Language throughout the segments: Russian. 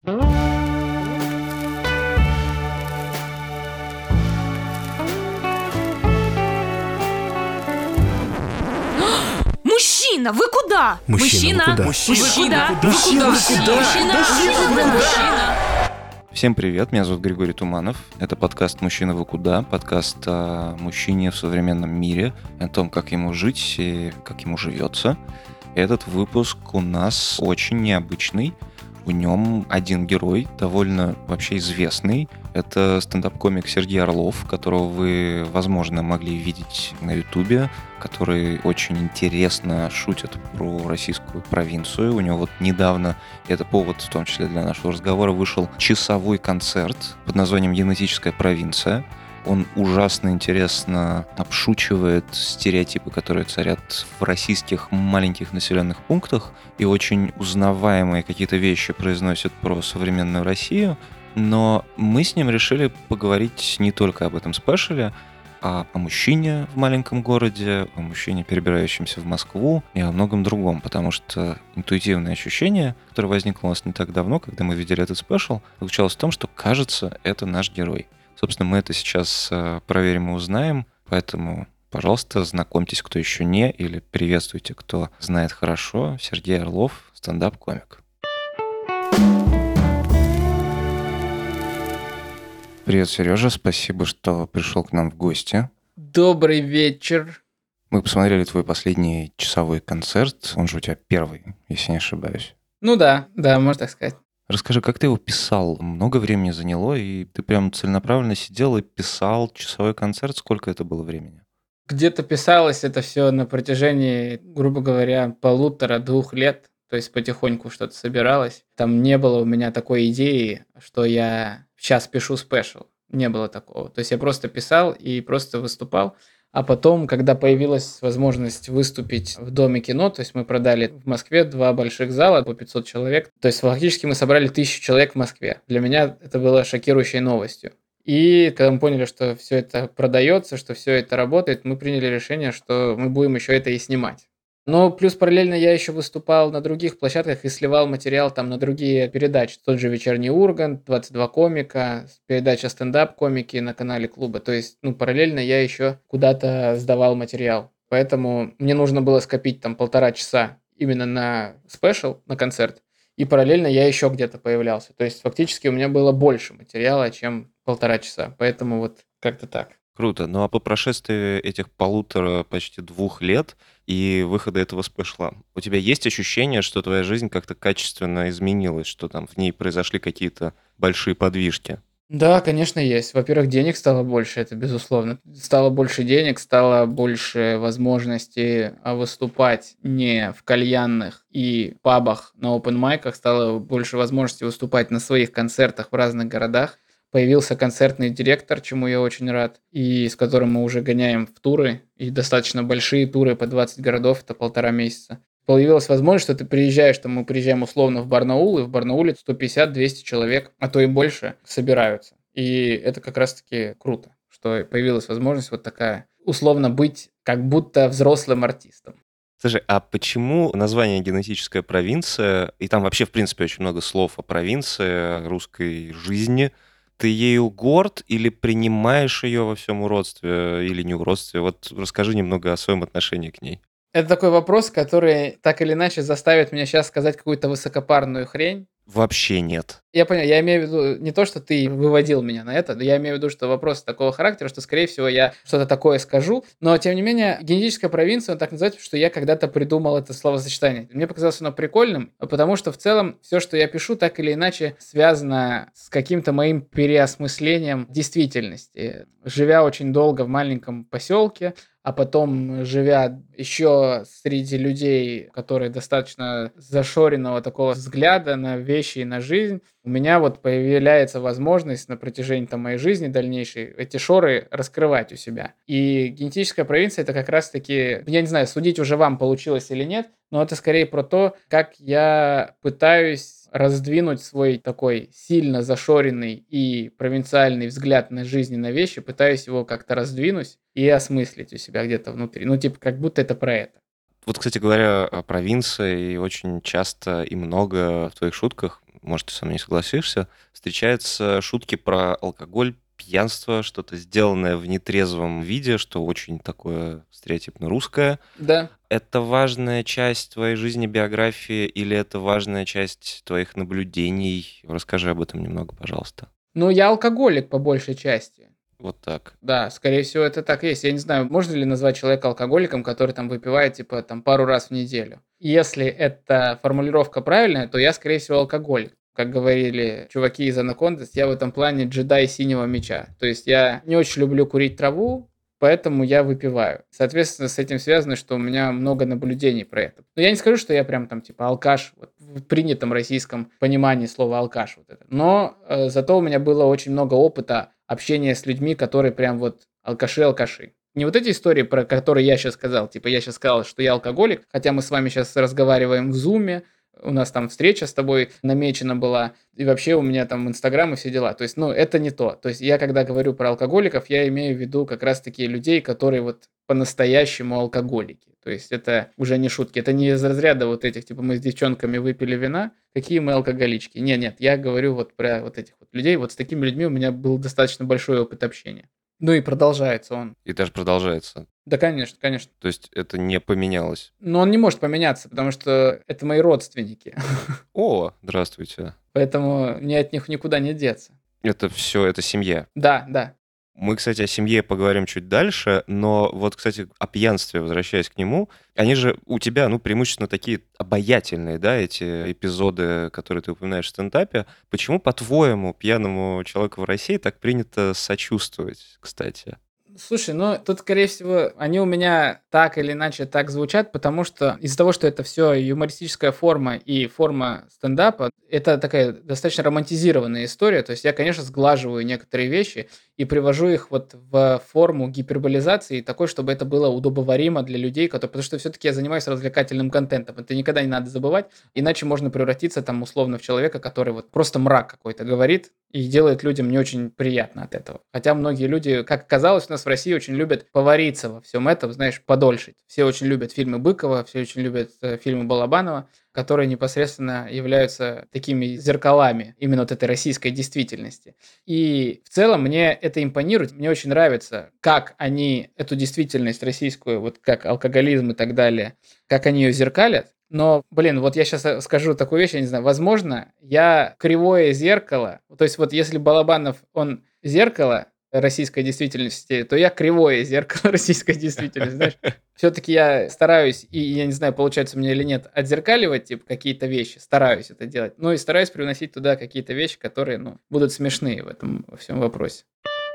Мужчина, вы куда? Мужчина, вы куда? Мужчина. Всем привет, меня зовут Григорий Туманов. Это подкаст «Мужчина, вы куда?», подкаст о мужчине в современном мире, о том, как ему жить и как ему живется. Этот выпуск у нас очень необычный. В нем один герой, довольно вообще известный. Это стендап-комик Сергей Орлов, которого вы, возможно, могли видеть на Ютубе, который очень интересно шутит про российскую провинцию. У него вот недавно, и это повод в том числе для нашего разговора, вышел часовой концерт под названием «Генетическая провинция». Он ужасно интересно обшучивает стереотипы, которые царят в российских маленьких населенных пунктах, и очень узнаваемые какие-то вещи произносит про современную Россию. Но мы с ним решили поговорить не только об этом спешале, а о мужчине в маленьком городе, о мужчине, перебирающемся в Москву, и о многом другом, потому что интуитивное ощущение, которое возникло у нас не так давно, когда мы видели этот спешал, заключалось в том, что, кажется, это наш герой. Собственно, мы это сейчас проверим и узнаем, поэтому, пожалуйста, знакомьтесь, кто еще не, или приветствуйте, кто знает хорошо. Сергей Орлов, стендап-комик. Привет, Сережа, спасибо, что пришел к нам в гости. Добрый вечер. Мы посмотрели твой последний часовой концерт, он же у тебя первый, если не ошибаюсь. Ну да, можно так сказать. Расскажи, как ты его писал? Много времени заняло, и ты прям целенаправленно сидел и писал часовой концерт. Сколько это было времени? Где-то писалось это все на протяжении, грубо говоря, 1,5-2 лет. То есть потихоньку что-то собиралось. Там не было у меня такой идеи, что я сейчас пишу спешл. Не было такого. То есть я просто писал и просто выступал. А потом, когда появилась возможность выступить в Доме кино, то есть мы продали в Москве 2 больших зала по 500 человек. То есть фактически мы собрали 1000 человек в Москве. Для меня это было шокирующей новостью. И когда мы поняли, что все это продается, что все это работает, мы приняли решение, что мы будем еще это и снимать. Но плюс параллельно я еще выступал на других площадках и сливал материал там на другие передачи. Тот же «Вечерний Ургант», 22 комика, передача «Стендап-комики» на канале клуба. То есть, параллельно я еще куда-то сдавал материал. Поэтому мне нужно было скопить там 1,5 часа именно на спешл, на концерт. И параллельно я еще где-то появлялся. То есть, фактически у меня было больше материала, чем 1,5 часа. Поэтому вот как-то так. Круто. Ну а по прошествии этих почти 2 лет и выхода этого спешла, у тебя есть ощущение, что твоя жизнь как-то качественно изменилась, что там в ней произошли какие-то большие подвижки? Да, конечно, есть. Во-первых, денег стало больше, это безусловно. Стало больше денег, стало больше возможностей выступать не в кальянных и пабах на опен-майках, стало больше возможностей выступать на своих концертах в разных городах. Появился концертный директор, чему я очень рад, и с которым мы уже гоняем в туры, и достаточно большие туры по 20 городов, это 1,5 месяца. Появилась возможность, что ты приезжаешь, мы приезжаем условно в Барнаул, и в Барнауле 150-200 человек, а то и больше, собираются. И это как раз-таки круто, что появилась возможность вот такая, условно быть как будто взрослым артистом. Слушай, а почему название «Генетическая провинция», и там вообще, в принципе, очень много слов о провинции, о русской жизни, ты ею горд или принимаешь ее во всем уродстве или неуродстве? Вот расскажи немного о своем отношении к ней. Это такой вопрос, который так или иначе заставит меня сейчас сказать какую-то высокопарную хрень. Вообще нет. Я понял, я имею в виду не то, что ты выводил меня на это, но я имею в виду, что вопрос такого характера, что, скорее всего, я что-то такое скажу, но, тем не менее, генетическая провинция, он так называется, что я когда-то придумал это словосочетание. Мне показалось оно прикольным, потому что, в целом, все, что я пишу, так или иначе связано с каким-то моим переосмыслением действительности. Живя очень долго в маленьком поселке, а потом, живя еще среди людей, которые достаточно зашоренного такого взгляда на вещи и на жизнь, у меня вот появляется возможность на протяжении моей жизни дальнейшей эти шоры раскрывать у себя. И генетическая провинция — это как раз-таки, я не знаю, судить уже вам, получилось или нет, но это скорее про то, как я пытаюсь раздвинуть свой такой сильно зашоренный и провинциальный взгляд на жизнь и на вещи, пытаюсь его как-то раздвинуть и осмыслить у себя где-то внутри. Как будто это про это. Вот, кстати говоря, о провинции очень часто и много в твоих шутках может, ты со мной не согласишься, встречаются шутки про алкоголь, пьянство, что-то сделанное в нетрезвом виде, что очень такое стереотипно русское. Да. Это важная часть твоей жизни, биографии, или это важная часть твоих наблюдений? Расскажи об этом немного, пожалуйста. Ну, я алкоголик по большей части. Вот так. Да, скорее всего, это так и есть. Я не знаю, можно ли назвать человека алкоголиком, который там выпивает, типа, там, пару раз в неделю. Если эта формулировка правильная, то я, скорее всего, алкоголик. Как говорили чуваки из Анакондас, я в этом плане джедай синего меча. То есть я не очень люблю курить траву, поэтому я выпиваю. Соответственно, с этим связано, что у меня много наблюдений про это. Но я не скажу, что я прям там типа алкаш, вот, в принятом российском понимании слова алкаш. Вот это. Но зато у меня было очень много опыта общения с людьми, которые прям вот алкаши-алкаши. Не вот эти истории, про которые я сейчас сказал. Типа я сейчас сказал, что я алкоголик, хотя мы с вами сейчас разговариваем в Зуме, у нас там встреча с тобой намечена была, и вообще у меня там Инстаграм и все дела. То есть, ну, это не то. То есть, я когда говорю про алкоголиков, я имею в виду как раз-таки людей, которые вот по-настоящему алкоголики. То есть, это уже не шутки. Это не из разряда вот этих, типа, мы с девчонками выпили вина, какие мы алкоголички. Нет, я говорю вот про вот этих вот людей. Вот с такими людьми у меня был достаточно большой опыт общения. Ну и продолжается он. И даже продолжается. Да, конечно, конечно. То есть это не поменялось. Но он не может поменяться, потому что это мои родственники. О, здравствуйте. Поэтому мне от них никуда не деться. Это все, это семья. Да. Мы, кстати, о семье поговорим чуть дальше, но вот, кстати, о пьянстве, возвращаясь к нему, они же у тебя, ну, преимущественно такие обаятельные, да, эти эпизоды, которые ты упоминаешь в стендапе. Почему, по-твоему, пьяному человеку в России так принято сочувствовать, кстати? Слушай, ну тут, скорее всего, они у меня так или иначе так звучат, потому что из-за того, что это все юмористическая форма и форма стендапа, это такая достаточно романтизированная история. То есть я, конечно, сглаживаю некоторые вещи и привожу их вот в форму гиперболизации такой, чтобы это было удобоваримо для людей, потому что все-таки я занимаюсь развлекательным контентом. Это никогда не надо забывать, иначе можно превратиться там условно в человека, который вот просто мрак какой-то говорит и делает людям не очень приятно от этого. Хотя многие люди, как оказалось, у нас в России очень любят повариться во всем этом, знаешь, подольше. Все очень любят фильмы Быкова, все очень любят фильмы Балабанова, которые непосредственно являются такими зеркалами именно вот этой российской действительности. И в целом мне это импонирует, мне очень нравится, как они эту действительность российскую, вот как алкоголизм и так далее, как они ее зеркалят. Но, блин, вот я сейчас скажу такую вещь, я не знаю, возможно, я кривое зеркало, то есть вот если Балабанов, он зеркало российской действительности, то я кривое зеркало российской действительности, знаешь. Все-таки я стараюсь, и я не знаю, получается у меня или нет, отзеркаливать типа какие-то вещи, стараюсь это делать, ну и стараюсь привносить туда какие-то вещи, которые, ну, будут смешные в этом во всем вопросе.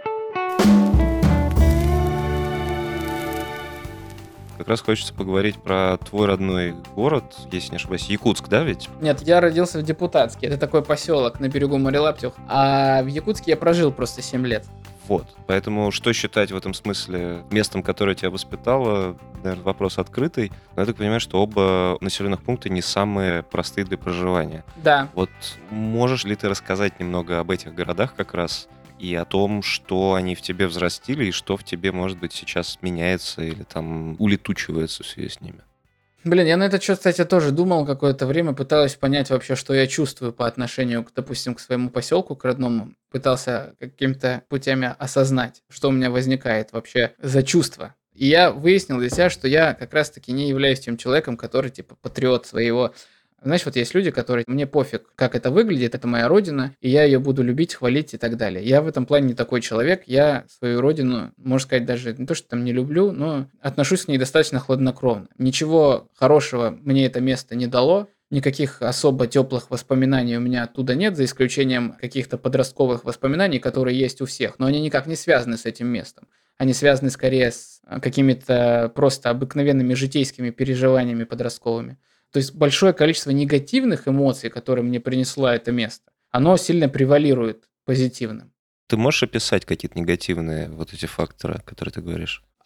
Как раз хочется поговорить про твой родной город, если не ошибаюсь, Якутск, да ведь? Нет, я родился в Депутатске, это такой поселок на берегу моря Лаптев, а в Якутске я прожил просто 7 лет. Вот. Поэтому что считать в этом смысле местом, которое тебя воспитало, наверное, вопрос открытый. Но я так понимаю, что оба населенных пункта не самые простые для проживания. Да. Вот можешь ли ты рассказать немного об этих городах как раз и о том, что они в тебе взрастили и что в тебе, может быть, сейчас меняется или там улетучивается в связи с ними? Блин, я на этот счет, кстати, тоже думал какое-то время, пытаюсь понять вообще, что я чувствую по отношению, допустим, к своему поселку, к родному. Пытался какими-то путями осознать, что у меня возникает вообще за чувство. И я выяснил для себя, что я как раз-таки не являюсь тем человеком, который, типа, патриот своего. Знаешь, вот есть люди, которые, мне пофиг, как это выглядит, это моя родина, и я ее буду любить, хвалить и так далее. Я в этом плане не такой человек, я свою родину, можно сказать, даже не то, что там не люблю, но отношусь к ней достаточно хладнокровно. Ничего хорошего мне это место не дало, никаких особо теплых воспоминаний у меня оттуда нет, за исключением каких-то подростковых воспоминаний, которые есть у всех, но они никак не связаны с этим местом. Они связаны скорее с какими-то просто обыкновенными житейскими переживаниями подростковыми. То есть большое количество негативных эмоций, которые мне принесло это место, оно сильно превалирует позитивным. Ты можешь описать какие-то негативные вот эти факторы, которые ты говоришь?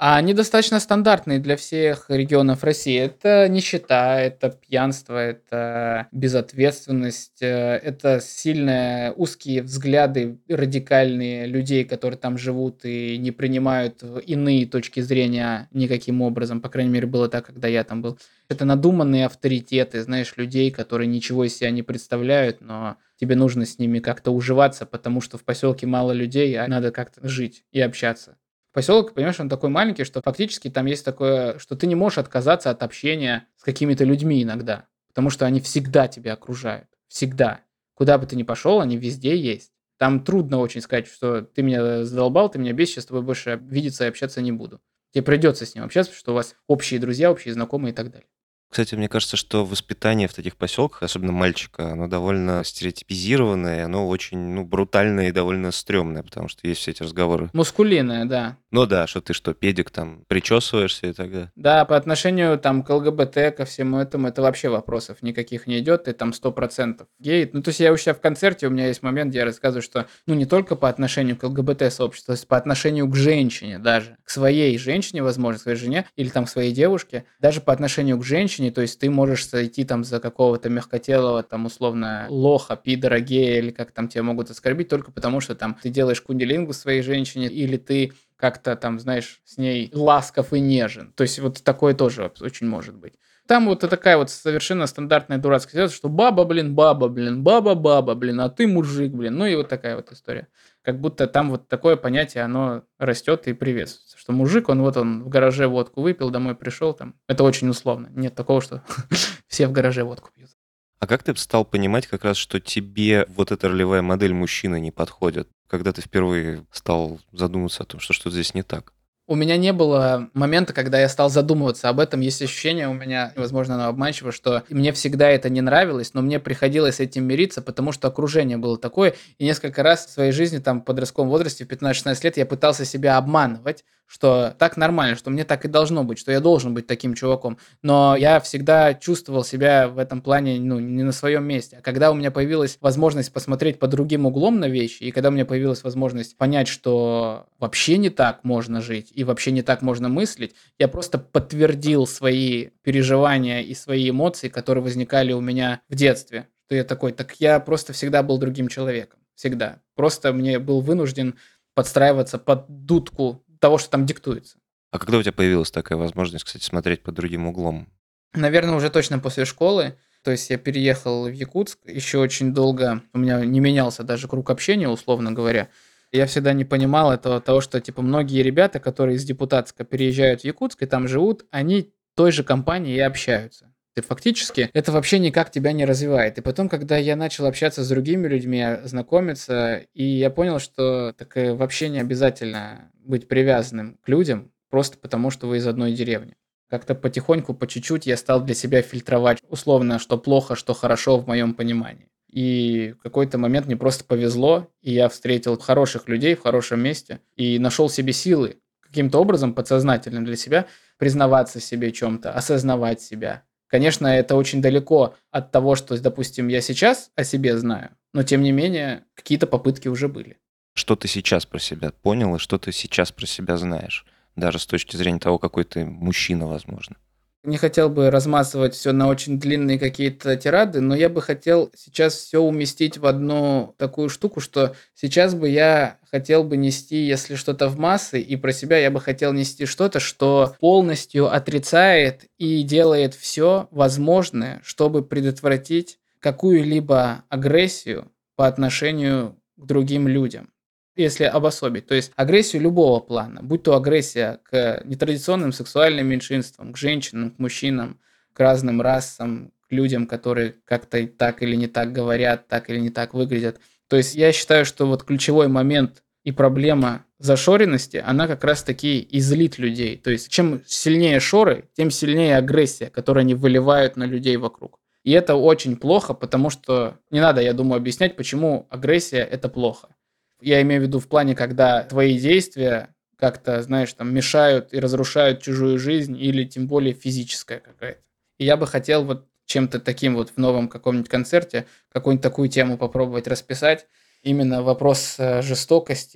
А они достаточно стандартные для всех регионов России. Это нищета, это пьянство, это безответственность, это сильные узкие взгляды радикальные людей, которые там живут и не принимают иные точки зрения никаким образом. По крайней мере, было так, когда я там был. Это надуманные авторитеты, знаешь, людей, которые ничего из себя не представляют, но тебе нужно с ними как-то уживаться, потому что в поселке мало людей, а надо как-то жить и общаться. Поселок, понимаешь, он такой маленький, что фактически там есть такое, что ты не можешь отказаться от общения с какими-то людьми иногда, потому что они всегда тебя окружают. Всегда. Куда бы ты ни пошел, они везде есть. Там трудно очень сказать, что ты меня задолбал, ты меня бесишь, я с тобой больше видеться и общаться не буду. Тебе придется с ним общаться, потому что у вас общие друзья, общие знакомые и так далее. Кстати, мне кажется, что воспитание в таких поселках, особенно мальчика, оно довольно стереотипизированное, и оно очень, брутальное и довольно стрёмное, потому что есть все эти разговоры. Мускулинная, да. Ну да, что ты что, педик там, причесываешься и так далее. Да, по отношению там к ЛГБТ, ко всему этому, это вообще вопросов никаких не идет, ты там 100% гей. Ну, то есть я у себя в концерте, у меня есть момент, где я рассказываю, что, не только по отношению к ЛГБТ-сообществу, то есть по отношению к женщине даже, к своей женщине, возможно, своей жене, или там к своей девушке, даже по отношению к женщине, то есть ты можешь сойти там за какого-то мягкотелого, там, условно, лоха, пидора, гея, или как там тебя могут оскорбить, только потому что там ты делаешь куннилингус своей женщине, или ты как-то там, знаешь, с ней ласков и нежен. То есть вот такое тоже очень может быть. Там вот такая вот совершенно стандартная дурацкая ситуация, что баба, блин, баба, блин, а ты мужик, блин. Ну и вот такая вот история. Как будто там вот такое понятие, оно растет и приветствуется. Что мужик, он в гараже водку выпил, домой пришел, там. Это очень условно. Нет такого, что все в гараже водку пьют. А как ты стал понимать как раз, что тебе вот эта ролевая модель мужчины не подходит? Когда ты впервые стал задумываться о том, что что-то здесь не так? У меня не было момента, когда я стал задумываться об этом. Есть ощущение у меня, возможно, оно обманчиво, что мне всегда это не нравилось, но мне приходилось с этим мириться, потому что окружение было такое. И несколько раз в своей жизни, там, в подростковом возрасте, в 15-16 лет, я пытался себя обманывать, что так нормально, что мне так и должно быть, что я должен быть таким чуваком. Но я всегда чувствовал себя в этом плане, не на своем месте. А когда у меня появилась возможность посмотреть под другим углом на вещи, и когда у меня появилась возможность понять, что вообще не так можно жить, и вообще не так можно мыслить, я просто подтвердил свои переживания и свои эмоции, которые возникали у меня в детстве. Что я такой, так я просто всегда был другим человеком. Всегда. Просто мне был вынужден подстраиваться под дудку того, что там диктуется. А когда у тебя появилась такая возможность, кстати, смотреть под другим углом? Наверное, уже точно после школы. То есть я переехал в Якутск. Еще очень долго у меня не менялся даже круг общения, условно говоря. Я всегда не понимал того, что типа многие ребята, которые из Депутатска переезжают в Якутск и там живут, они той же компании и общаются. И фактически это вообще никак тебя не развивает. И потом, когда я начал общаться с другими людьми, знакомиться, и я понял, что так вообще не обязательно быть привязанным к людям, просто потому что вы из одной деревни. Как-то потихоньку, по чуть-чуть я стал для себя фильтровать условно, что плохо, что хорошо в моем понимании. И в какой-то момент мне просто повезло, и я встретил хороших людей в хорошем месте и нашел себе силы каким-то образом подсознательным для себя признаваться себе в чем-то, осознавать себя. Конечно, это очень далеко от того, что, допустим, я сейчас о себе знаю, но тем не менее какие-то попытки уже были. Что ты сейчас про себя понял и что ты сейчас про себя знаешь? Даже с точки зрения того, какой ты мужчина, возможно. Не хотел бы размазывать все на очень длинные какие-то тирады, но я бы хотел сейчас все уместить в одну такую штуку, что сейчас бы я хотел бы нести, если что-то в массы, и про себя я бы хотел нести что-то, что полностью отрицает и делает все возможное, чтобы предотвратить какую-либо агрессию по отношению к другим людям. Если обособить, то есть агрессию любого плана, будь то агрессия к нетрадиционным сексуальным меньшинствам, к женщинам, к мужчинам, к разным расам, к людям, которые как-то так или не так говорят, так или не так выглядят. То есть я считаю, что вот ключевой момент и проблема зашоренности, она как раз-таки и злит людей. То есть чем сильнее шоры, тем сильнее агрессия, которую они выливают на людей вокруг. И это очень плохо, потому что не надо, я думаю, объяснять, почему агрессия – это плохо. Я имею в виду в плане, когда твои действия как-то, знаешь, там мешают и разрушают чужую жизнь или тем более физическая какая-то. И я бы хотел вот чем-то таким вот в новом каком-нибудь концерте какую-нибудь такую тему попробовать расписать. Именно вопрос жестокости,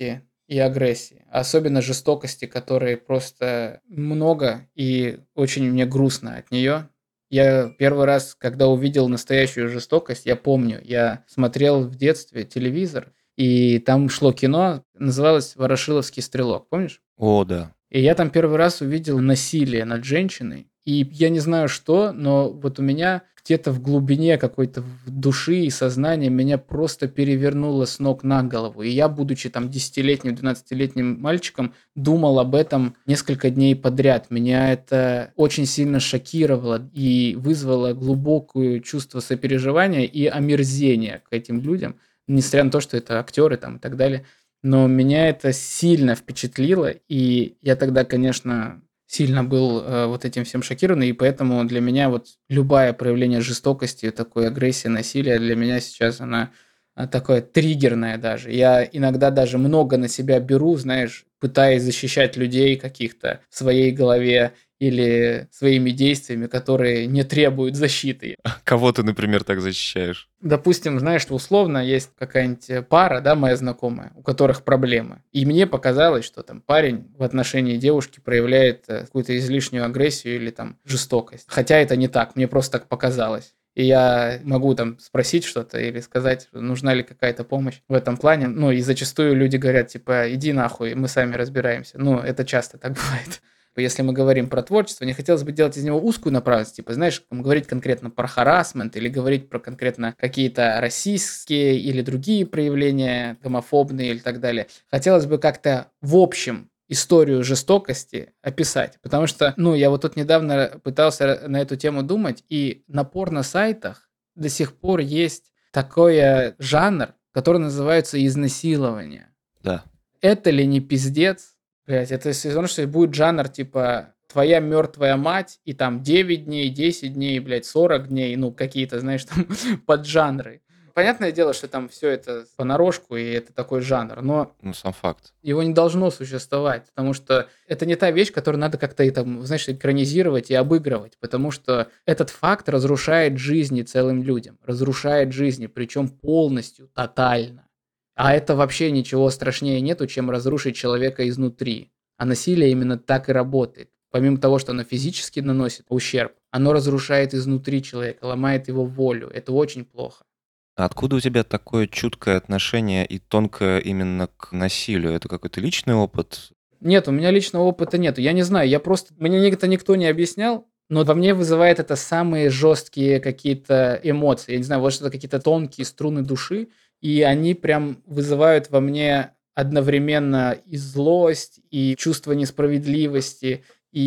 и агрессии. Особенно жестокости, которой просто много, и очень мне грустно от нее. Я первый раз, когда увидел настоящую жестокость, я помню, я смотрел в детстве телевизор, и там шло кино, называлось «Ворошиловский стрелок», помнишь? О, да. И я там первый раз увидел насилие над женщиной. И я не знаю что, но вот у меня где-то в глубине какой-то души и сознания меня просто перевернуло с ног на голову. И я, будучи там 10-летним, 12-летним мальчиком, думал об этом несколько дней подряд. Меня это очень сильно шокировало и вызвало глубокое чувство сопереживания и омерзения к этим людям, несмотря на то, что это актеры там и так далее. Но меня это сильно впечатлило, и я тогда, конечно, сильно был вот этим всем шокирован, и поэтому для меня вот любое проявление жестокости, такой агрессии, насилия, для меня сейчас она такое триггерное даже. Я иногда даже много на себя беру, знаешь, пытаясь защищать людей каких-то в своей голове или своими действиями, которые не требуют защиты. Кого ты, например, так защищаешь? Допустим, знаешь, что условно есть какая-нибудь пара, да, моя знакомая, у которых проблемы. И мне показалось, что там парень в отношении девушки проявляет какую-то излишнюю агрессию или там жестокость. Хотя это не так, мне просто так показалось. И я могу там спросить что-то или сказать, нужна ли какая-то помощь в этом плане. Ну, и зачастую люди говорят, типа, иди нахуй, мы сами разбираемся. Ну, это часто так бывает. Если мы говорим про творчество, не хотелось бы делать из него узкую направленность, типа, знаешь, говорить конкретно про харассмент или говорить про конкретно какие-то российские или другие проявления гомофобные или так далее. Хотелось бы как-то в общем историю жестокости описать, потому что, я вот тут недавно пытался на эту тему думать, и на порно-сайтах до сих пор есть такой жанр, который называется изнасилование. Да. Это ли не пиздец? Блять, это сезон, что будет жанр, типа, твоя мертвая мать, и там 9 дней, 10 дней, 40 дней, какие-то, знаешь, там поджанры. Понятное дело, что там все это понарошку, и это такой жанр, но Сам факт. его не должно существовать, потому что это не та вещь, которую надо как-то, знаешь, экранизировать и обыгрывать, потому что этот факт разрушает жизни целым людям, разрушает жизни, причем полностью, тотально. А это вообще ничего страшнее нету, чем разрушить человека изнутри. А насилие именно так и работает. Помимо того, что оно физически наносит ущерб, оно разрушает изнутри человека, ломает его волю. Это очень плохо. А откуда у тебя такое чуткое отношение и тонкое именно к насилию? Это какой-то личный опыт? Нет, у меня личного опыта нету. Я не знаю, мне это никто не объяснял, но во мне вызывает это самые жесткие какие-то эмоции. Я не знаю, вот что-то какие-то тонкие струны души, и они прям вызывают во мне одновременно и злость, и чувство несправедливости,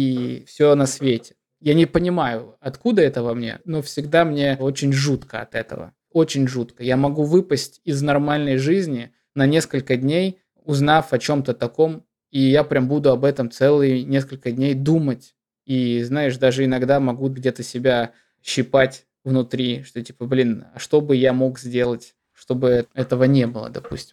и все на свете. Я не понимаю, откуда это во мне, но всегда мне очень жутко от этого. Очень жутко. Я могу выпасть из нормальной жизни на несколько дней, узнав о чем-то таком, и я прям буду об этом целые несколько дней думать. И, знаешь, даже иногда могу где-то себя щипать внутри, что типа, блин, а что бы я мог сделать, чтобы этого не было, допустим.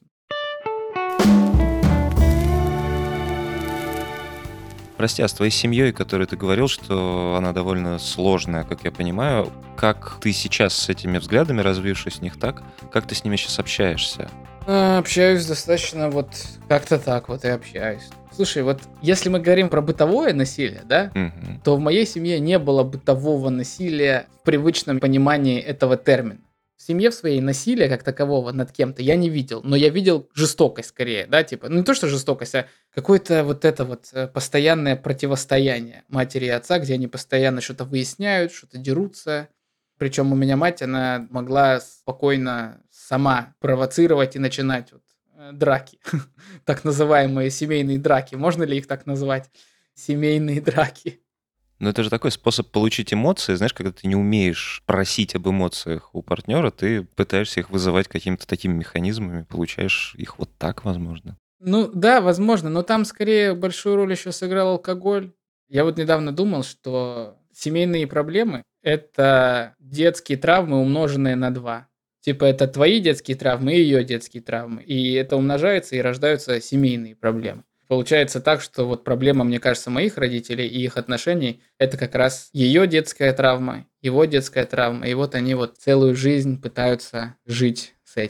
Прости, а с твоей семьей, которой ты говорил, что она довольно сложная, как я понимаю, как ты сейчас с этими взглядами, развившись в них так, как ты с ними сейчас общаешься? Общаюсь достаточно как-то так и общаюсь. Слушай, если мы говорим про бытовое насилие, да, то в моей семье не было бытового насилия в привычном понимании этого термина. В семье в своей насилия как такового над кем-то я не видел, но я видел жестокость скорее, да, типа, не то что жестокость, а какое-то постоянное противостояние матери и отца, где они постоянно что-то выясняют, что-то дерутся. Причем у меня мать, она могла спокойно сама провоцировать и начинать драки, так называемые семейные драки. Можно ли их так назвать? Семейные драки. Но это же такой способ получить эмоции, знаешь, когда ты не умеешь просить об эмоциях у партнера, ты пытаешься их вызывать какими-то такими механизмами, получаешь их вот так, возможно. Да, возможно, но там скорее большую роль еще сыграл алкоголь. Я недавно думал, что семейные проблемы – это детские травмы, умноженные на 2. Типа это твои детские травмы и ее детские травмы. И это умножается, и рождаются семейные проблемы. Получается так, что проблема, мне кажется, моих родителей и их отношений – это как раз ее детская травма, его детская травма. И они целую жизнь пытаются жить с этим.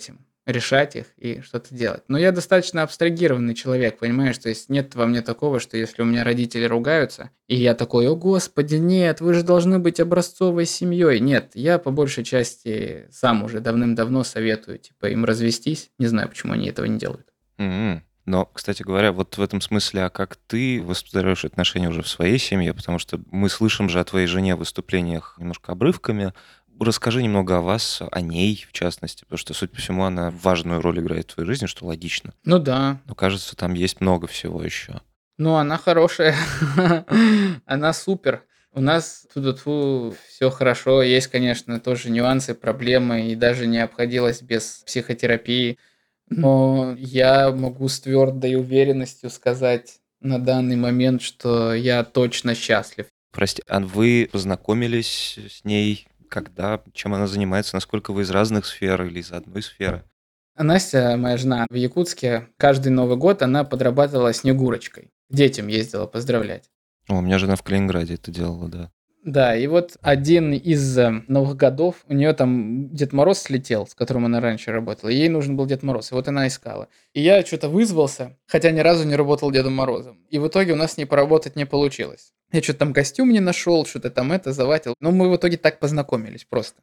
решать их и что-то делать. Но я достаточно абстрагированный человек, понимаешь? То есть нет во мне такого, что если у меня родители ругаются, и я такой: о господи, нет, вы же должны быть образцовой семьей. Нет, я по большей части сам уже давным-давно советую, типа, им развестись. Не знаю, почему они этого не делают. Мгм. Но, кстати говоря, вот в этом смысле, а как ты выстраиваешь отношения уже в своей семье? Потому что мы слышим же о твоей жене в выступлениях немножко обрывками. Расскажи немного о вас, о ней, в частности, потому что, судя по всему, она важную роль играет в твоей жизни, что логично. Ну да, Но, кажется, там есть много всего еще. ну она хорошая, она супер. У нас тфу все хорошо, есть, конечно, тоже нюансы, проблемы, и даже не обходилось без психотерапии. Но я могу с твердой уверенностью сказать на данный момент, что я точно счастлив. Прости, а вы познакомились с ней когда? Чем она занимается? Насколько вы из разных сфер или из одной сферы? А Настя, моя жена, в Якутске каждый Новый год она подрабатывала Снегурочкой. К детям ездила поздравлять. О, у меня жена в Калининграде это делала, да. Да, и вот один из Новых годов, у нее там Дед Мороз слетел, с которым она раньше работала, и ей нужен был Дед Мороз, и вот она искала. И я что-то вызвался, хотя ни разу не работал Дедом Морозом. И в итоге у нас с ней поработать не получилось. Я что-то там костюм не нашел, что-то там это заватил. Но мы в итоге так познакомились просто.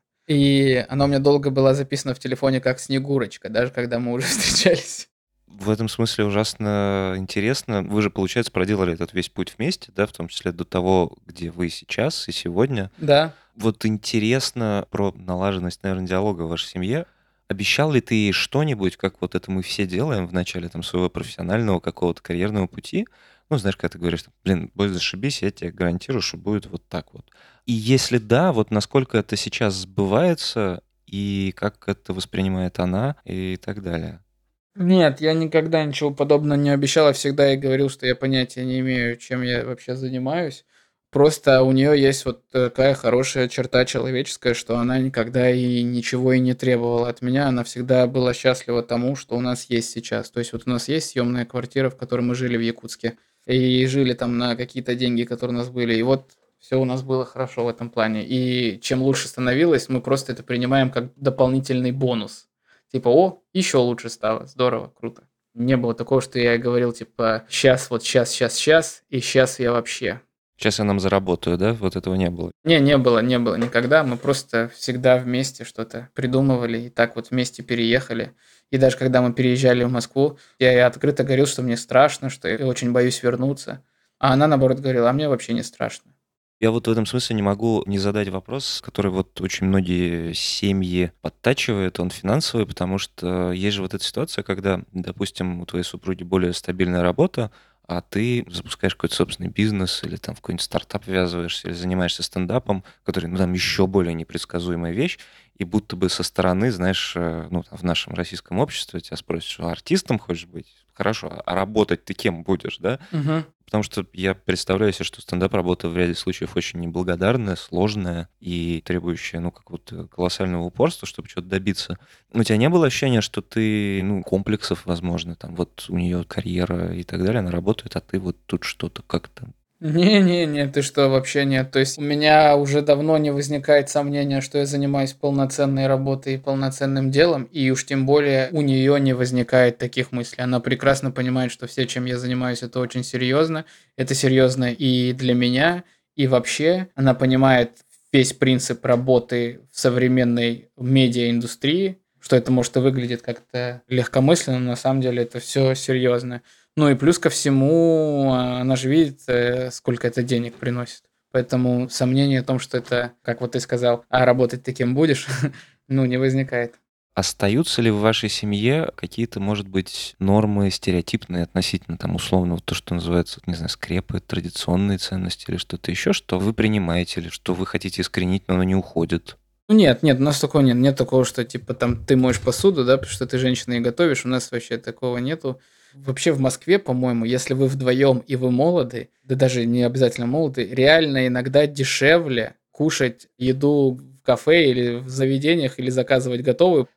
И она у меня долго была записана в телефоне как Снегурочка, даже когда мы уже встречались. В этом смысле ужасно интересно. Вы же, получается, проделали этот весь путь вместе, да, в том числе до того, где вы сейчас и сегодня. Да. Вот интересно про налаженность, наверное, диалога в вашей семье. Обещал ли ты ей что-нибудь, как вот это мы все делаем в начале там своего профессионального какого-то карьерного пути? Ну, знаешь, когда ты говоришь, блин, бой зашибись, я тебе гарантирую, что будет вот так вот. И если да, вот насколько это сейчас сбывается, и как это воспринимает она, и так далее. Нет, я никогда ничего подобного не обещал, я всегда ей говорил, что я понятия не имею, чем я вообще занимаюсь. Просто у нее есть вот такая хорошая черта человеческая, что она никогда и ничего и не требовала от меня. Она всегда была счастлива тому, что у нас есть сейчас. То есть вот у нас есть съемная квартира, в которой мы жили в Якутске, и жили там на какие-то деньги, которые у нас были. И вот все у нас было хорошо в этом плане. И чем лучше становилось, мы просто это принимаем как дополнительный бонус. Типа, о, еще лучше стало, здорово, круто. Не было такого, что я говорил, типа, сейчас, вот сейчас, и сейчас я вообще. Сейчас я нам заработаю, да? Вот этого не было. Не было никогда. Мы просто всегда вместе что-то придумывали и так вот вместе переехали. И даже когда мы переезжали в Москву, я ей открыто говорил, что мне страшно, что я очень боюсь вернуться. А она, наоборот, говорила, а мне вообще не страшно. Я вот в этом смысле не могу не задать вопрос, который вот очень многие семьи подтачивают, он финансовый, потому что есть же вот эта ситуация, когда, допустим, у твоей супруги более стабильная работа, а ты запускаешь какой-то собственный бизнес или там в какой-нибудь стартап ввязываешься, или занимаешься стендапом, который, ну, там еще более непредсказуемая вещь, и будто бы со стороны, знаешь, ну, там, в нашем российском обществе тебя спросят, что артистом хочешь быть? Хорошо, а работать ты кем будешь, да? Угу. Потому что я представляю себе, что стендап-работа в ряде случаев очень неблагодарная, сложная и требующая, ну, какого-то колоссального упорства, чтобы чего-то добиться. У тебя не было ощущения, что ты, ну, комплексов, возможно, там, вот у нее карьера и так далее, она работает, а ты вот тут что-то как-то... Не-не-не, ты что, вообще нет. То есть у меня уже давно не возникает сомнения, что я занимаюсь полноценной работой и полноценным делом, и уж тем более у нее не возникает таких мыслей. Она прекрасно понимает, что все, чем я занимаюсь, это очень серьезно. Это серьезно и для меня, и вообще она понимает весь принцип работы в современной медиаиндустрии, что это может и выглядит как-то легкомысленно, но на самом деле это все серьезно. Ну и плюс ко всему, она же видит, сколько это денег приносит. Поэтому сомнений о том, что это, как вот ты сказал, а работать ты кем будешь, ну, не возникает. Остаются ли в вашей семье какие-то, может быть, нормы стереотипные относительно, там, условно, вот то, что называется, не знаю, скрепы, традиционные ценности или что-то еще, что вы принимаете или что вы хотите искоренить, но оно не уходит? Ну, нет, у нас такого нет. Нет такого, что типа там ты моешь посуду, да, потому что ты женщина и готовишь. У нас вообще такого нету. Вообще в Москве, по-моему, если вы вдвоем и вы молоды, да даже не обязательно молоды, реально иногда дешевле кушать еду в кафе или в заведениях, или заказывать готовую,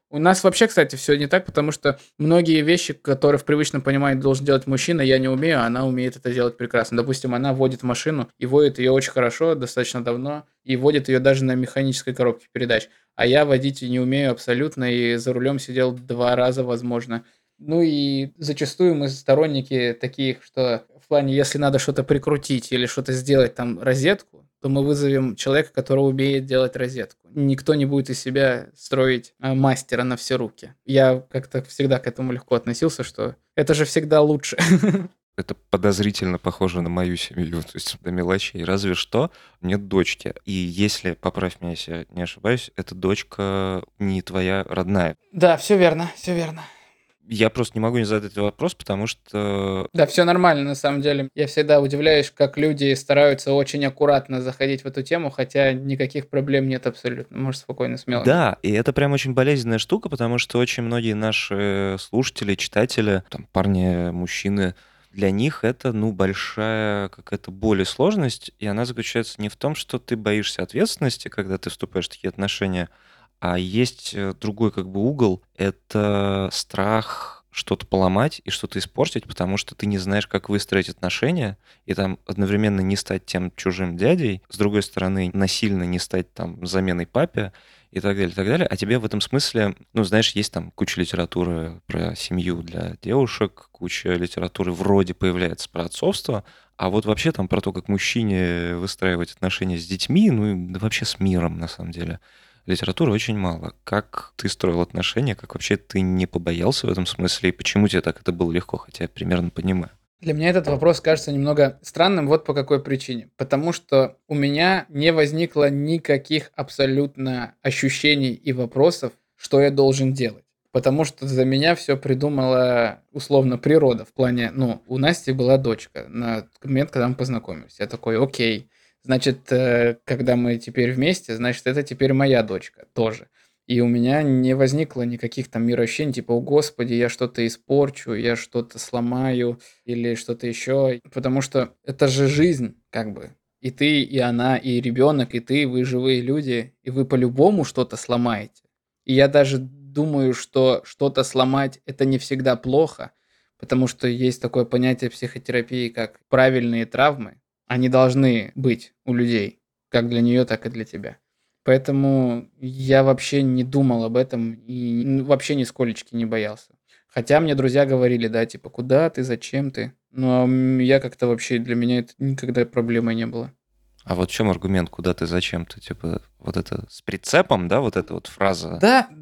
У нас вообще, кстати, все не так, потому что многие вещи, которые в привычном понимании должен делать мужчина, я не умею, а она умеет это делать прекрасно. Допустим, она водит машину и водит ее очень хорошо, достаточно давно, и водит ее даже на механической коробке передач. А я водить не умею абсолютно, и за рулем сидел 2 раза, возможно. Ну и зачастую мы сторонники таких, что в плане, если надо что-то прикрутить или что-то сделать, там, розетку, то мы вызовем человека, который умеет делать розетку. Никто не будет из себя строить мастера на все руки. Я как-то всегда к этому легко относился, что это же всегда лучше. Это подозрительно похоже на мою семью, то есть до мелочей. Разве что нет дочки. И если, поправь меня, если я не ошибаюсь, эта дочка не твоя родная. Да, все верно, все верно. Я просто не могу не задать этот вопрос, потому что... Да, все нормально, на самом деле. Я всегда удивляюсь, как люди стараются очень аккуратно заходить в эту тему, хотя никаких проблем нет абсолютно. Можешь спокойно, смело. Да, и это прям очень болезненная штука, потому что очень многие наши слушатели, читатели, там, парни, мужчины, для них это, большая какая-то боль и сложность, и она заключается не в том, что ты боишься ответственности, когда ты вступаешь в такие отношения, а есть другой как бы угол, это страх что-то поломать и что-то испортить, потому что ты не знаешь, как выстроить отношения, и там одновременно не стать тем чужим дядей, с другой стороны, насильно не стать там заменой папе, и так далее, и так далее. А тебе в этом смысле, знаешь, есть там куча литературы про семью для девушек, куча литературы вроде появляется про отцовство, а вот вообще там про то, как мужчине выстраивать отношения с детьми, да вообще с миром, на самом деле. Литературы очень мало. Как ты строил отношения, как вообще ты не побоялся в этом смысле, и почему тебе так это было легко, хотя я примерно понимаю. Для меня этот вопрос кажется немного странным вот по какой причине. Потому что у меня не возникло никаких абсолютно ощущений и вопросов, что я должен делать. Потому что за меня все придумала условно природа. В плане, у Насти была дочка на момент, когда мы познакомились. Я такой, окей. Значит, когда мы теперь вместе, значит, это теперь моя дочка тоже. И у меня не возникло никаких там мироощущений, типа, о господи, я что-то испорчу, я что-то сломаю или что-то еще. Потому что это же жизнь, как бы. И ты, и она, и ребенок, и ты, вы живые люди, и вы по-любому что-то сломаете. И я даже думаю, что что-то сломать это не всегда плохо, потому что есть такое понятие психотерапии, как правильные травмы. Они должны быть у людей, как для нее, так и для тебя. Поэтому я вообще не думал об этом и вообще нисколечки не боялся. Хотя мне друзья говорили, да, типа, куда ты, зачем ты? Но я как-то вообще, для меня это никогда проблемой не было. А вот в чем аргумент, куда ты, зачем ты? Типа, вот это с прицепом, да, вот эта вот фраза?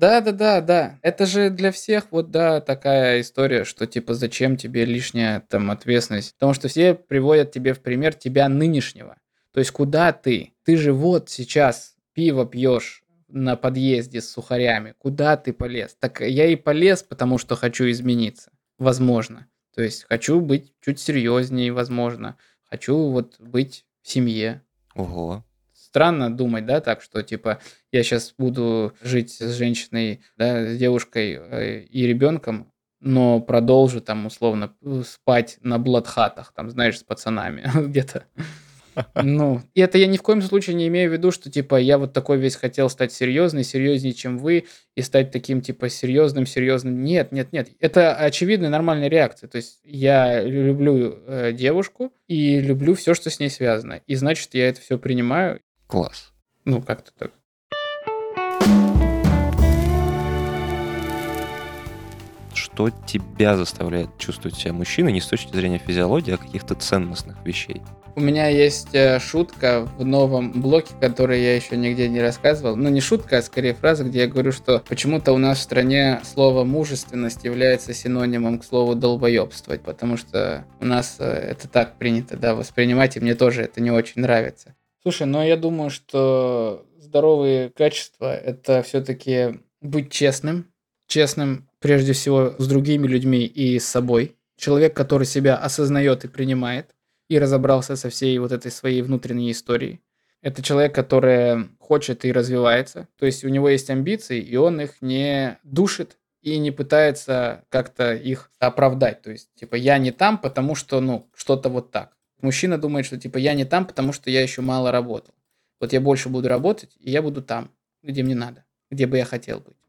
Да. Это же для всех вот, да, такая история, что типа зачем тебе лишняя там ответственность. Потому что все приводят тебе в пример тебя нынешнего. То есть куда ты? Ты же вот сейчас пиво пьешь на подъезде с сухарями. Куда ты полез? Так я и полез, потому что хочу измениться. Возможно. То есть хочу быть чуть серьезнее, возможно. Хочу вот быть в семье. Ого. Странно думать, да, так, что, типа, я сейчас буду жить с женщиной, да, с девушкой и ребенком, но продолжу там, условно, спать на бладхатах, там, знаешь, с пацанами где-то. И это я ни в коем случае не имею в виду, что, типа, я вот такой весь хотел стать серьезнее, чем вы, и стать таким, типа, серьезным. Нет. Это очевидная нормальная реакция. То есть я люблю девушку и люблю все, что с ней связано. И значит, я это все принимаю. Класс. Как-то так. Что тебя заставляет чувствовать себя мужчиной не с точки зрения физиологии, а каких-то ценностных вещей? У меня есть шутка в новом блоке, который я еще нигде не рассказывал. Не шутка, а скорее фраза, где я говорю, что почему-то у нас в стране слово «мужественность» является синонимом к слову «долбоебствовать», потому что у нас это так принято, да, воспринимать, и мне тоже это не очень нравится. Слушай, я думаю, что здоровые качества – это все-таки быть честным прежде всего с другими людьми и с собой. Человек, который себя осознает и принимает, и разобрался со всей вот этой своей внутренней историей. Это человек, который хочет и развивается, то есть у него есть амбиции, и он их не душит и не пытается как-то их оправдать. То есть, типа, я не там, потому что, что-то вот так. Мужчина думает, что, типа, я не там, потому что я еще мало работал. Вот я больше буду работать, и я буду там, где мне надо, где бы я хотел быть.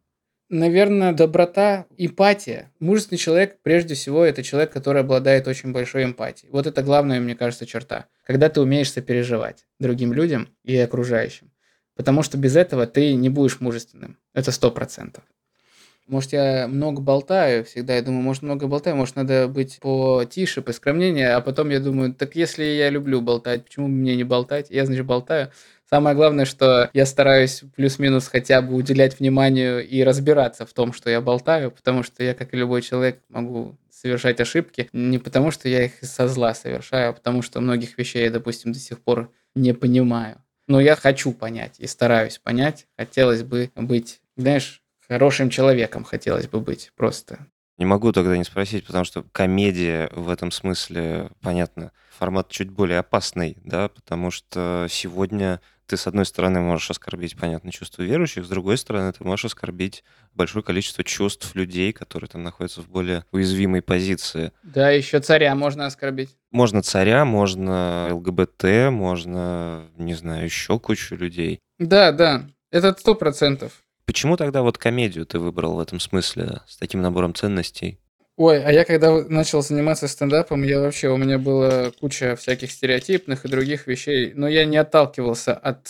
Наверное, доброта, эмпатия. Мужественный человек, прежде всего, это человек, который обладает очень большой эмпатией. Вот это главная, мне кажется, черта. Когда ты умеешь сопереживать другим людям и окружающим. Потому что без этого ты не будешь мужественным. Это 100%. Может, я много болтаю всегда. Я думаю, может, много болтаю, может, надо быть потише, поскромнее. А потом я думаю, так если я люблю болтать, почему бы мне не болтать? Я, значит, болтаю. Самое главное, что я стараюсь плюс-минус хотя бы уделять вниманию и разбираться в том, что я болтаю, потому что я, как и любой человек, могу совершать ошибки. Не потому, что я их со зла совершаю, а потому что многих вещей я, допустим, до сих пор не понимаю. Но я хочу понять и стараюсь понять. Хотелось бы быть, знаешь, хорошим человеком хотелось бы быть просто. Не могу тогда не спросить, потому что комедия в этом смысле, понятно, формат чуть более опасный, да, потому что сегодня ты, с одной стороны, можешь оскорбить, понятно, чувства верующих, с другой стороны, ты можешь оскорбить большое количество чувств людей, которые там находятся в более уязвимой позиции. Да, еще царя можно оскорбить. Можно царя, можно ЛГБТ, можно, не знаю, еще кучу людей. Да, это 100%. Почему тогда вот комедию ты выбрал в этом смысле, с таким набором ценностей? Ой, а я когда начал заниматься стендапом, у меня была куча всяких стереотипных и других вещей, но я не отталкивался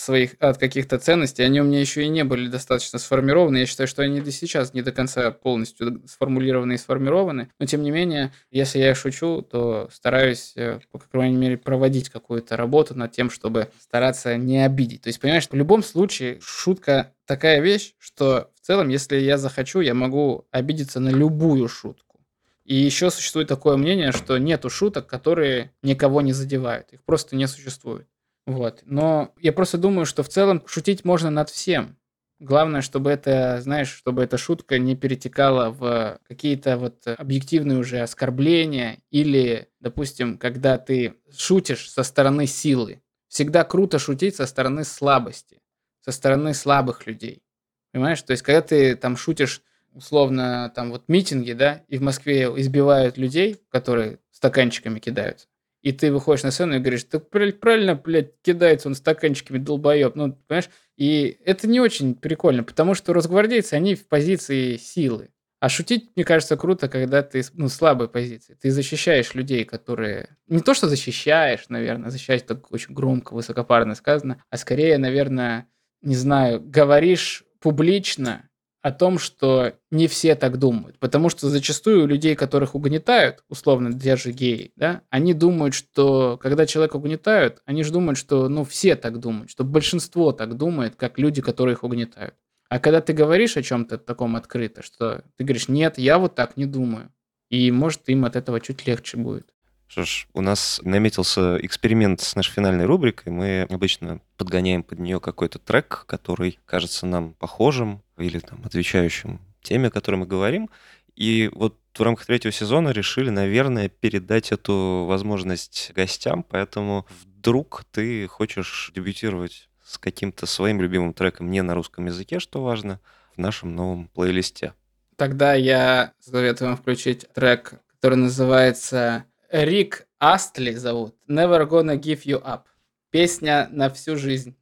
от каких-то ценностей, они у меня еще и не были достаточно сформированы, я считаю, что они до сейчас не до конца полностью сформулированы и сформированы, но тем не менее, если я шучу, то стараюсь, по крайней мере, проводить какую-то работу над тем, чтобы стараться не обидеть. То есть, понимаешь, в любом случае шутка такая вещь, что в целом, если я захочу, я могу обидеться на любую шутку. И еще существует такое мнение, что нету шуток, которые никого не задевают. Их просто не существует. Вот. Но я просто думаю, что в целом шутить можно над всем. Главное, чтобы это, знаешь, чтобы эта шутка не перетекала в какие-то вот объективные уже оскорбления или, допустим, когда ты шутишь со стороны силы. Всегда круто шутить со стороны слабости, со стороны слабых людей. Понимаешь? То есть, когда ты там шутишь условно, там вот митинги, да, и в Москве избивают людей, которые стаканчиками кидаются, и ты выходишь на сцену и говоришь, так правильно, блядь, кидается он стаканчиками, долбоеб, ну, понимаешь? И это не очень прикольно, потому что росгвардейцы, они в позиции силы. А шутить, мне кажется, круто, когда ты, ну, в слабой позиции. Ты защищаешь людей, которые... Не то, что защищаешь, наверное, защищать так очень громко, высокопарно сказано, а скорее, наверное, не знаю, говоришь публично о том, что не все так думают. Потому что зачастую людей, которых угнетают, условно, те же геи, да, они думают, что когда человека угнетают, они же думают, что, ну, все так думают, что большинство так думает, как люди, которые их угнетают. А когда ты говоришь о чем-то таком открыто, что ты говоришь, нет, я вот так не думаю, и, может, им от этого чуть легче будет. Что ж, у нас наметился эксперимент с нашей финальной рубрикой. Мы обычно подгоняем под нее какой-то трек, который кажется нам похожим или там отвечающим теме, о которой мы говорим. И вот в рамках 3-го сезона решили, наверное, передать эту возможность гостям, поэтому вдруг ты хочешь дебютировать с каким-то своим любимым треком не на русском языке, что важно, в нашем новом плейлисте. Тогда я советую вам включить трек, который называется... Рик Астли зовут. Never Gonna Give You Up. Песня на всю жизнь.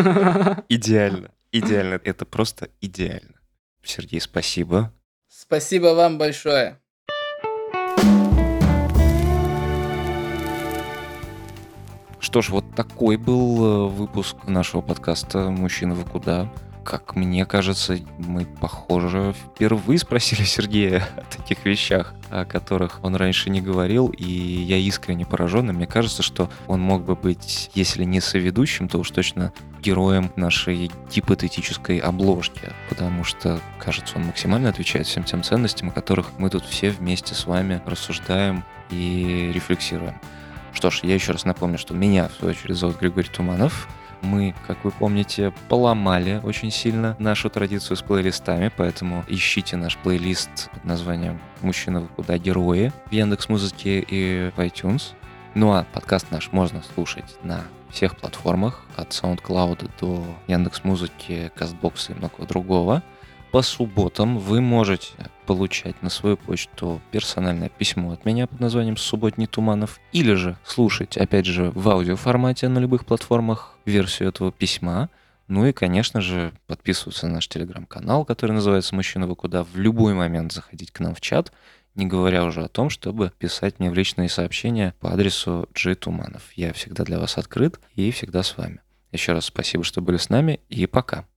Идеально. Идеально. Это просто идеально. Сергей, спасибо. Спасибо вам большое. Что ж, вот такой был выпуск нашего подкаста «Мужчина, вы куда?». Как мне кажется, мы, похоже, впервые спросили Сергея о таких вещах, о которых он раньше не говорил, и я искренне поражен. И мне кажется, что он мог бы быть, если не соведущим, то уж точно героем нашей гипотетической обложки, потому что, кажется, он максимально отвечает всем тем ценностям, о которых мы тут все вместе с вами рассуждаем и рефлексируем. Что ж, я еще раз напомню, что меня, в свою очередь, зовут Григорий Туманов. Мы, как вы помните, поломали очень сильно нашу традицию с плейлистами, поэтому ищите наш плейлист под названием «Мужчина, вы куда? Герои» в Яндекс.Музыке и в iTunes. Ну а подкаст наш можно слушать на всех платформах, от SoundCloud до Яндекс.Музыки, Кастбокса и многого другого. По субботам вы можете получать на свою почту персональное письмо от меня под названием «Субботний Туманов», или же слушать, опять же, в аудиоформате на любых платформах версию этого письма. Ну и, конечно же, подписываться на наш телеграм-канал, который называется «Мужчина, вы куда?». В любой момент заходить к нам в чат, не говоря уже о том, чтобы писать мне в личные сообщения по адресу G Туманов. Я всегда для вас открыт и всегда с вами. Еще раз спасибо, что были с нами, и пока.